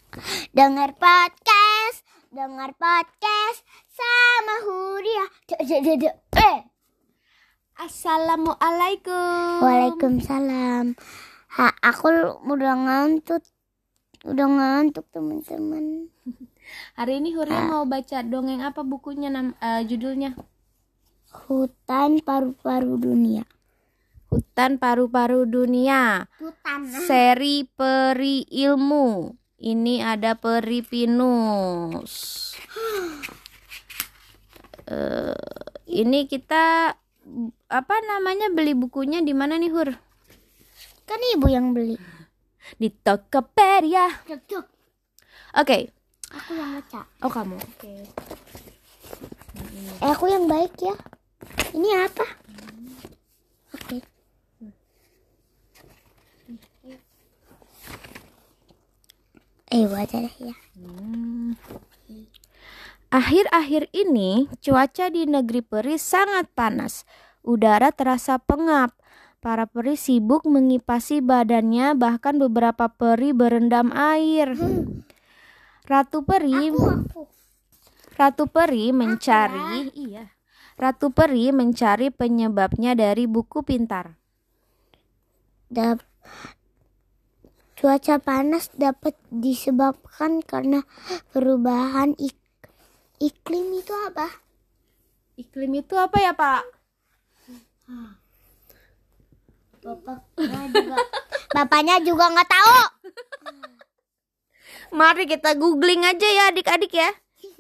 Dengar podcast sama Huria. Assalamualaikum. Waalaikumsalam. Aku udah ngantuk teman-teman. Hari ini Huria mau baca dongeng apa bukunya judulnya? Hutan Paru-Paru Dunia. Hutan Paru-Paru Dunia. Seri Peri Ilmu. Ini ada Peri Pinus. Ini kita beli bukunya di mana nih, Hur? Kan ibu yang beli Di Tokopedia. Oke. Aku yang baca. Oh, kamu. Oke. Aku yang baik ya. Ini apa? Oke. Baca deh ya. Akhir-akhir ini cuaca di negeri peri sangat panas. Udara terasa pengap. Para peri sibuk mengipasi badannya, bahkan beberapa peri berendam air. Ratu Peri mencari penyebabnya dari buku pintar. Cuaca panas dapat disebabkan karena perubahan iklim. Itu apa? Iklim itu apa ya, Pak? Bapaknya juga nggak tahu. Mari kita googling aja ya adik-adik ya.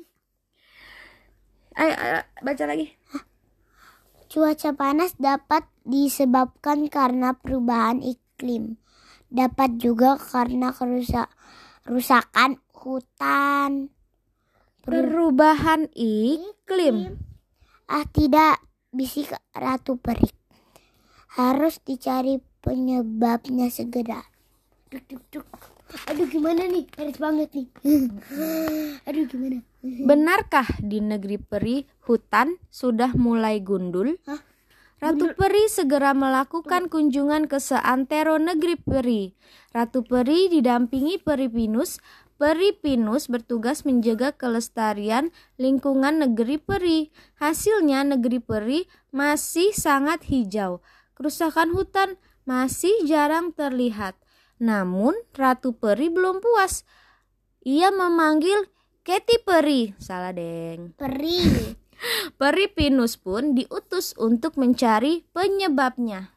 Ayo, baca lagi. Cuaca panas dapat disebabkan karena perubahan iklim. Dapat juga karena kerusakan hutan. Perubahan iklim. Tidak, bisik Ratu Peri. Harus dicari penyebabnya segera. Aduh, gimana nih? Harus banget nih. Aduh, gimana? Benarkah di negeri peri hutan sudah mulai gundul? Ratu Peri segera melakukan kunjungan ke seantero negeri peri. Ratu Peri didampingi Peri Pinus. Peri Pinus bertugas menjaga kelestarian lingkungan negeri peri. Hasilnya negeri peri masih sangat hijau. Kerusakan hutan masih jarang terlihat. Namun Ratu Peri belum puas. Ia memanggil Katy Peri. Salah, Deng. Peri Pinus pun diutus untuk mencari penyebabnya.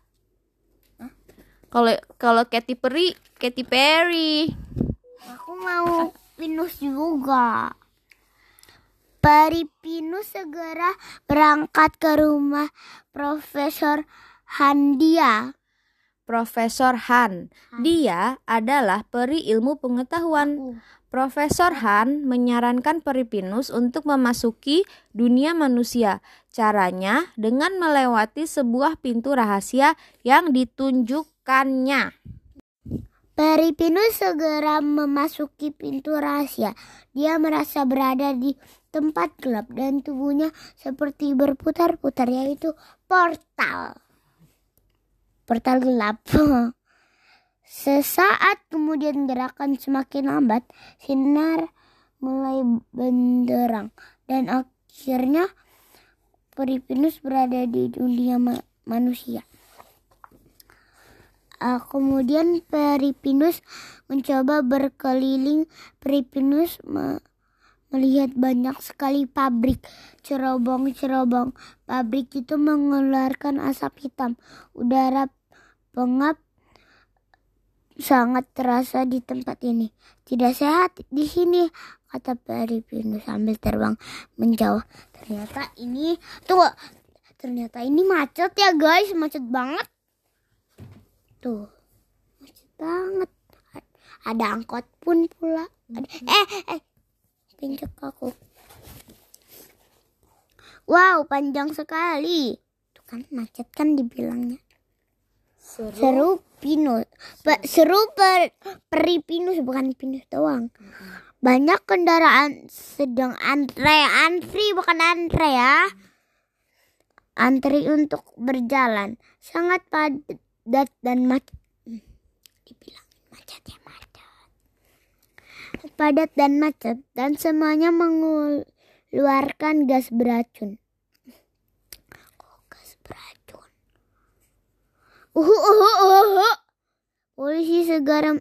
Kalau Katy Perry. Aku mau Pinus juga. Peri Pinus segera berangkat ke rumah Profesor Handia. Profesor Han. Dia adalah peri ilmu pengetahuan. Profesor Han menyarankan Peri Pinus untuk memasuki dunia manusia. Caranya dengan melewati sebuah pintu rahasia yang ditunjukkannya. Peri Pinus segera memasuki pintu rahasia. Dia merasa berada di tempat gelap dan tubuhnya seperti berputar-putar, yaitu portal gelap. Sesaat kemudian gerakan semakin lambat, sinar mulai benderang, dan akhirnya Peri Pinus berada di dunia manusia. Kemudian Peri Pinus mencoba berkeliling. Peri Pinus melihat banyak sekali pabrik, cerobong-cerobong. Pabrik itu mengeluarkan asap hitam. Udara pengap sangat terasa di tempat ini. Tidak sehat di sini, kata Peri Pinus sambil terbang menjauh. Ternyata ini macet ya guys, macet banget. Tuh, macet banget. Ada angkot pun pula. Pinjak aku. Wow, panjang sekali. Tuh kan macet kan dibilangnya. Seru Peri Pinus, bukan Pinus doang. Banyak kendaraan sedang antri untuk berjalan. Sangat padat dan macet. Dibilang macetnya macet. padat dan macet, dan semuanya mengeluarkan gas beracun. Gas beracun. Polisi segera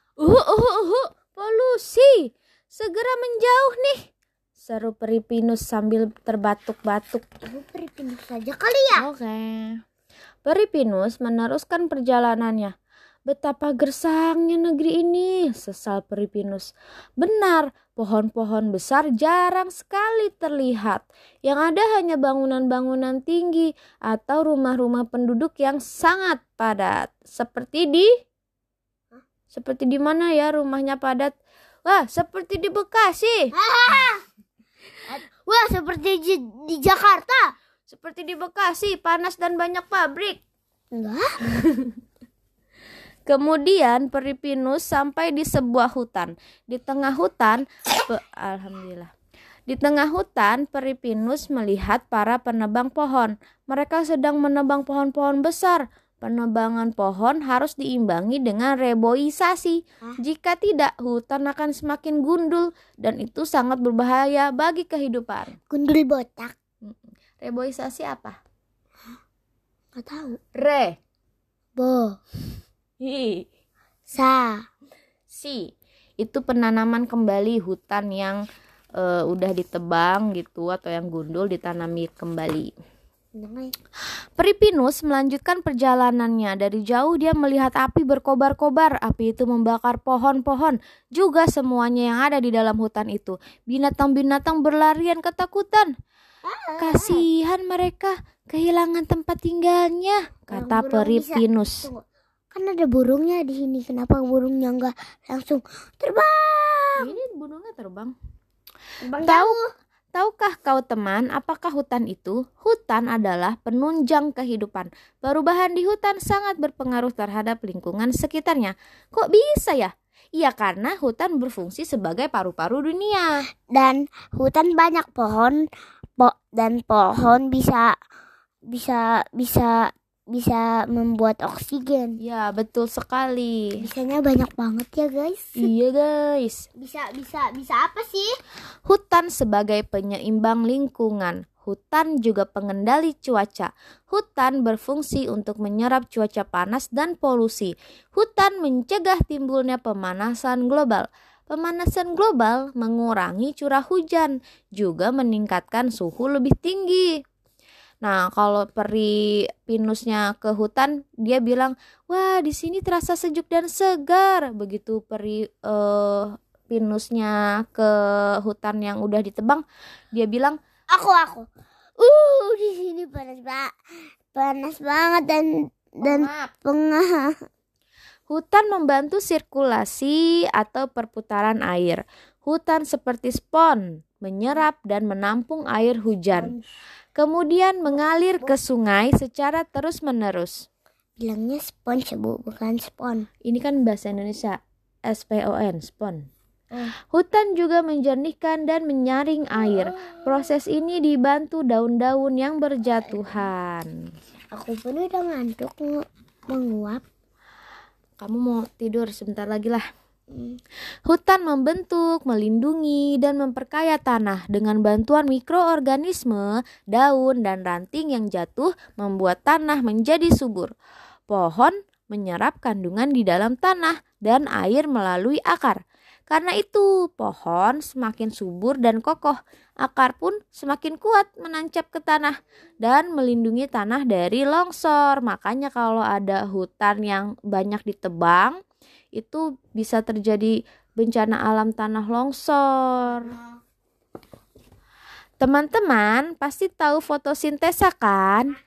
polusi. Segera menjauh nih, seru Peri Pinus sambil terbatuk-batuk. Peri Pinus saja kali ya. Oke. Peri Pinus meneruskan perjalanannya. Betapa gersangnya negeri ini, sesal Peri Pinus. Benar, pohon-pohon besar jarang sekali terlihat. Yang ada hanya bangunan-bangunan tinggi atau rumah-rumah penduduk yang sangat padat. Seperti di mana ya rumahnya padat? Wah, seperti di Bekasi. Wah, seperti di Jakarta. Seperti di Bekasi, panas dan banyak pabrik. Enggak. Kemudian Peri Pinus sampai di sebuah hutan. Di tengah hutan, alhamdulillah. Di tengah hutan, Peri Pinus melihat para penebang pohon. Mereka sedang menebang pohon-pohon besar. Penebangan pohon harus diimbangi dengan reboisasi. Jika tidak, hutan akan semakin gundul dan itu sangat berbahaya bagi kehidupan. Gundul botak. Reboisasi apa? Nggak tahu. Bo. Si. Itu penanaman kembali hutan yang udah ditebang gitu atau yang gundul ditanami kembali. Peri Pinus melanjutkan perjalanannya. Dari jauh dia melihat api berkobar-kobar. Api itu membakar pohon-pohon, juga semuanya yang ada di dalam hutan itu. Binatang-binatang berlarian ketakutan. Kasihan mereka, kehilangan tempat tinggalnya, kata Peri Pinus. Kan ada burungnya di sini. Kenapa burungnya nggak langsung terbang? Ini burungnya terbang. Tahukah kau teman, apakah hutan itu? Hutan adalah penunjang kehidupan. Perubahan di hutan sangat berpengaruh terhadap lingkungan sekitarnya. Kok bisa ya? Iya, karena hutan berfungsi sebagai paru-paru dunia. Dan hutan banyak pohon, dan pohon bisa membuat oksigen. Ya, betul sekali. Bisanya banyak banget ya, guys. Iya, guys. Bisa apa sih? Hutan sebagai penyeimbang lingkungan. Hutan juga pengendali cuaca. Hutan berfungsi untuk menyerap cuaca panas dan polusi. Hutan mencegah timbulnya pemanasan global. Pemanasan global mengurangi curah hujan, juga meningkatkan suhu lebih tinggi. Nah, kalau Peri Pinusnya ke hutan, dia bilang, wah di sini terasa sejuk dan segar. Begitu Peri Pinusnya ke hutan yang udah ditebang, dia bilang, aku. Di sini panas banget dan pengah. Hutan membantu sirkulasi atau perputaran air. Hutan seperti spons, menyerap dan menampung air hujan. Kemudian mengalir ke sungai secara terus-menerus. Bilangnya spons, Bu, bukan spon. Ini kan bahasa Indonesia, SPON, spon. Hutan juga menjernihkan dan menyaring air. Proses ini dibantu daun-daun yang berjatuhan. Aku pun udah ngantuk, menguap. Kamu mau tidur sebentar lagi lah. Hutan membentuk, melindungi, dan memperkaya tanah. Dengan bantuan mikroorganisme, daun, dan ranting yang jatuh membuat tanah menjadi subur. Pohon menyerap kandungan di dalam tanah dan air melalui akar. Karena itu, pohon semakin subur dan kokoh. Akar pun semakin kuat menancap ke tanah dan melindungi tanah dari longsor. Makanya kalau ada hutan yang banyak ditebang, itu bisa terjadi bencana alam tanah longsor. Teman-teman pasti tahu fotosintesa kan?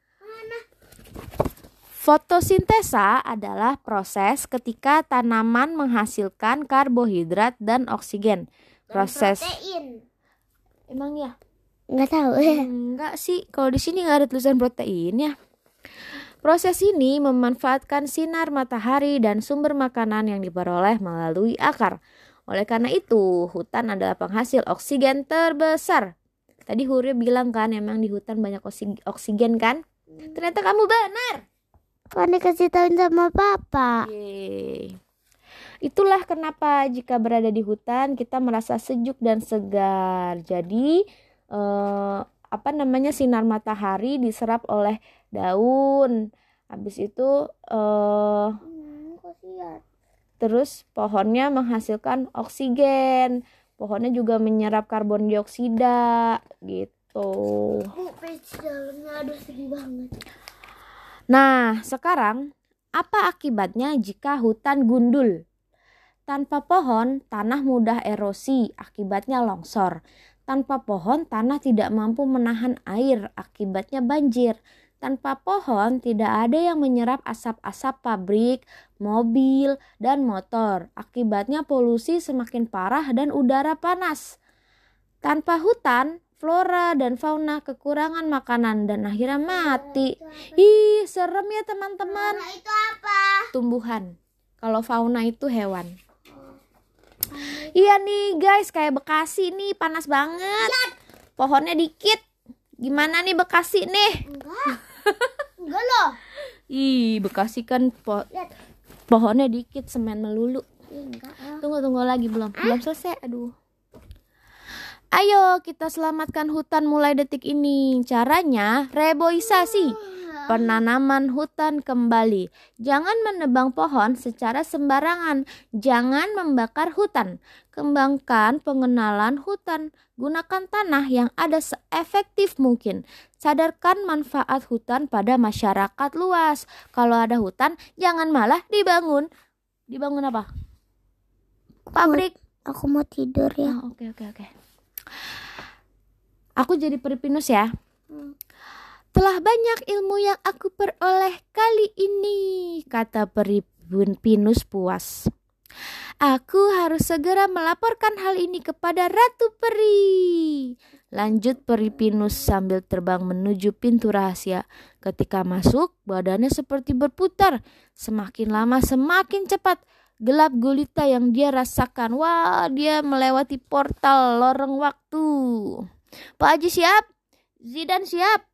Fotosintesa adalah proses ketika tanaman menghasilkan karbohidrat dan oksigen. Proses protein. Emang ya? Nggak tahu. Enggak sih, kalau di sini nggak ada tulisan proteinnya. Proses ini memanfaatkan sinar matahari dan sumber makanan yang diperoleh melalui akar. Oleh karena itu, hutan adalah penghasil oksigen terbesar. Tadi Hurya bilang kan, emang di hutan banyak oksigen kan? Ternyata kamu benar. Kan dikasih tahu sama papa. Yeay. Itulah kenapa jika berada di hutan kita merasa sejuk dan segar. Jadi sinar matahari diserap oleh daun. Habis itu terus pohonnya menghasilkan oksigen. Pohonnya juga menyerap karbon dioksida gitu. Nah, sekarang apa akibatnya jika hutan gundul? Tanpa pohon, tanah mudah erosi, akibatnya longsor. Tanpa pohon, tanah tidak mampu menahan air, akibatnya banjir. Tanpa pohon, tidak ada yang menyerap asap-asap pabrik, mobil, dan motor. Akibatnya polusi semakin parah dan udara panas. Tanpa hutan, flora dan fauna kekurangan makanan dan akhirnya mati. Ih, serem ya teman-teman. Fauna itu apa? Tumbuhan. Kalau fauna itu hewan. Iya nih guys, kayak Bekasi nih panas banget. Pohonnya dikit. Gimana nih Bekasi nih? Enggak loh. Ih, Bekasi kan pohonnya dikit, semen melulu. Tunggu lagi, belum selesai. Aduh. Ayo kita selamatkan hutan mulai detik ini. Caranya reboisasi, penanaman hutan kembali. Jangan menebang pohon secara sembarangan. Jangan membakar hutan. Kembangkan pengenalan hutan. Gunakan tanah yang ada seefektif mungkin. Sadarkan manfaat hutan pada masyarakat luas. Kalau ada hutan, jangan malah dibangun. Dibangun apa? Pabrik. Aku mau tidur ya. Oke. Aku jadi peri pinus ya. Telah banyak ilmu yang aku peroleh kali ini, kata peri pinus puas. Aku harus segera melaporkan hal ini kepada Ratu Peri. Lanjut peri pinus sambil terbang menuju pintu rahasia. Ketika masuk, badannya seperti berputar. Semakin lama semakin cepat. Gelap gulita yang dia rasakan. Wah, dia melewati portal lorong waktu. Pak Haji siap? Zidan siap?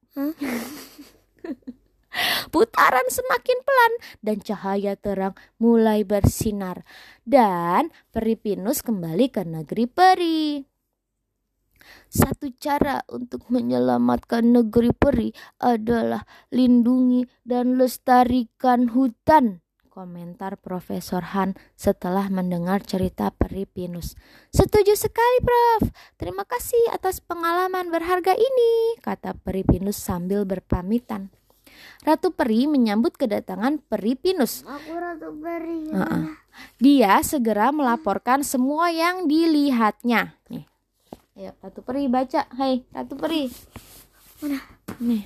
Putaran semakin pelan dan cahaya terang mulai bersinar. Dan peri pinus kembali ke negeri peri. Satu cara untuk menyelamatkan negeri peri adalah lindungi dan lestarikan hutan, komentar Profesor Han setelah mendengar cerita peri pinus. Setuju sekali, Prof. Terima kasih atas pengalaman berharga ini, kata peri pinus sambil berpamitan. Ratu Peri menyambut kedatangan peri pinus. Aku Ratu Peri. Dia segera melaporkan semua yang dilihatnya. Nih. Ayo, Ratu Peri baca. Hai, Ratu Peri. Mana? Nih.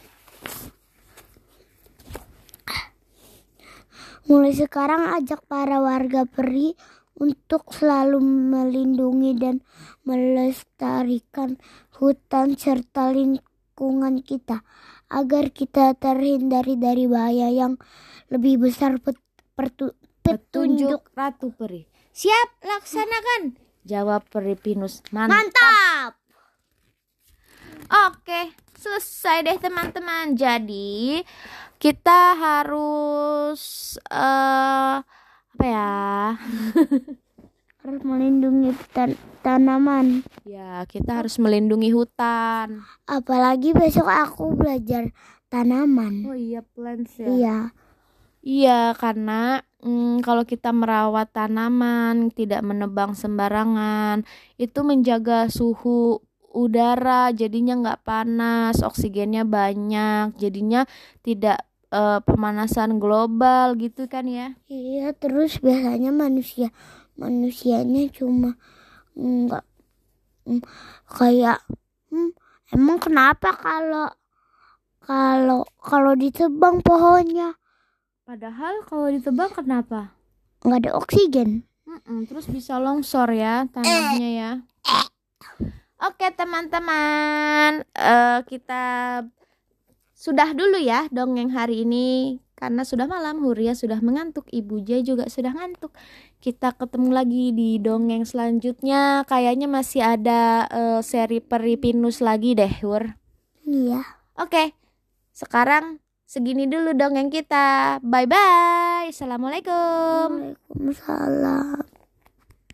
Mulai sekarang ajak para warga peri untuk selalu melindungi dan melestarikan hutan serta lingkungan kita agar kita terhindar dari bahaya yang lebih besar. Petunjuk Ratu Peri. Siap, laksanakan, jawab peri pinus. Mantap. Oke, selesai deh teman-teman. Jadi kita harus harus melindungi tanaman. Ya, kita harus melindungi hutan. Apalagi besok aku belajar tanaman. Oh iya, plants ya. Iya. Iya, karena kalau kita merawat tanaman, tidak menebang sembarangan, itu menjaga suhu udara, jadinya nggak panas, oksigennya banyak, jadinya tidak pemanasan global gitu kan ya. Iya, terus biasanya manusianya cuma nggak kayak emang kenapa kalau ditebang pohonnya? Padahal kalau ditebang kenapa? Nggak ada oksigen. Terus bisa longsor ya tanahnya ya. Oke teman-teman, kita sudah dulu ya dongeng hari ini. Karena sudah malam, Huria sudah mengantuk, Ibu Jai juga sudah ngantuk. Kita ketemu lagi di dongeng selanjutnya. Kayaknya masih ada seri peri pinus lagi deh, Hur. Iya. Oke, sekarang Segini dulu dongeng kita. Bye-bye. Assalamualaikum. Waalaikumsalam.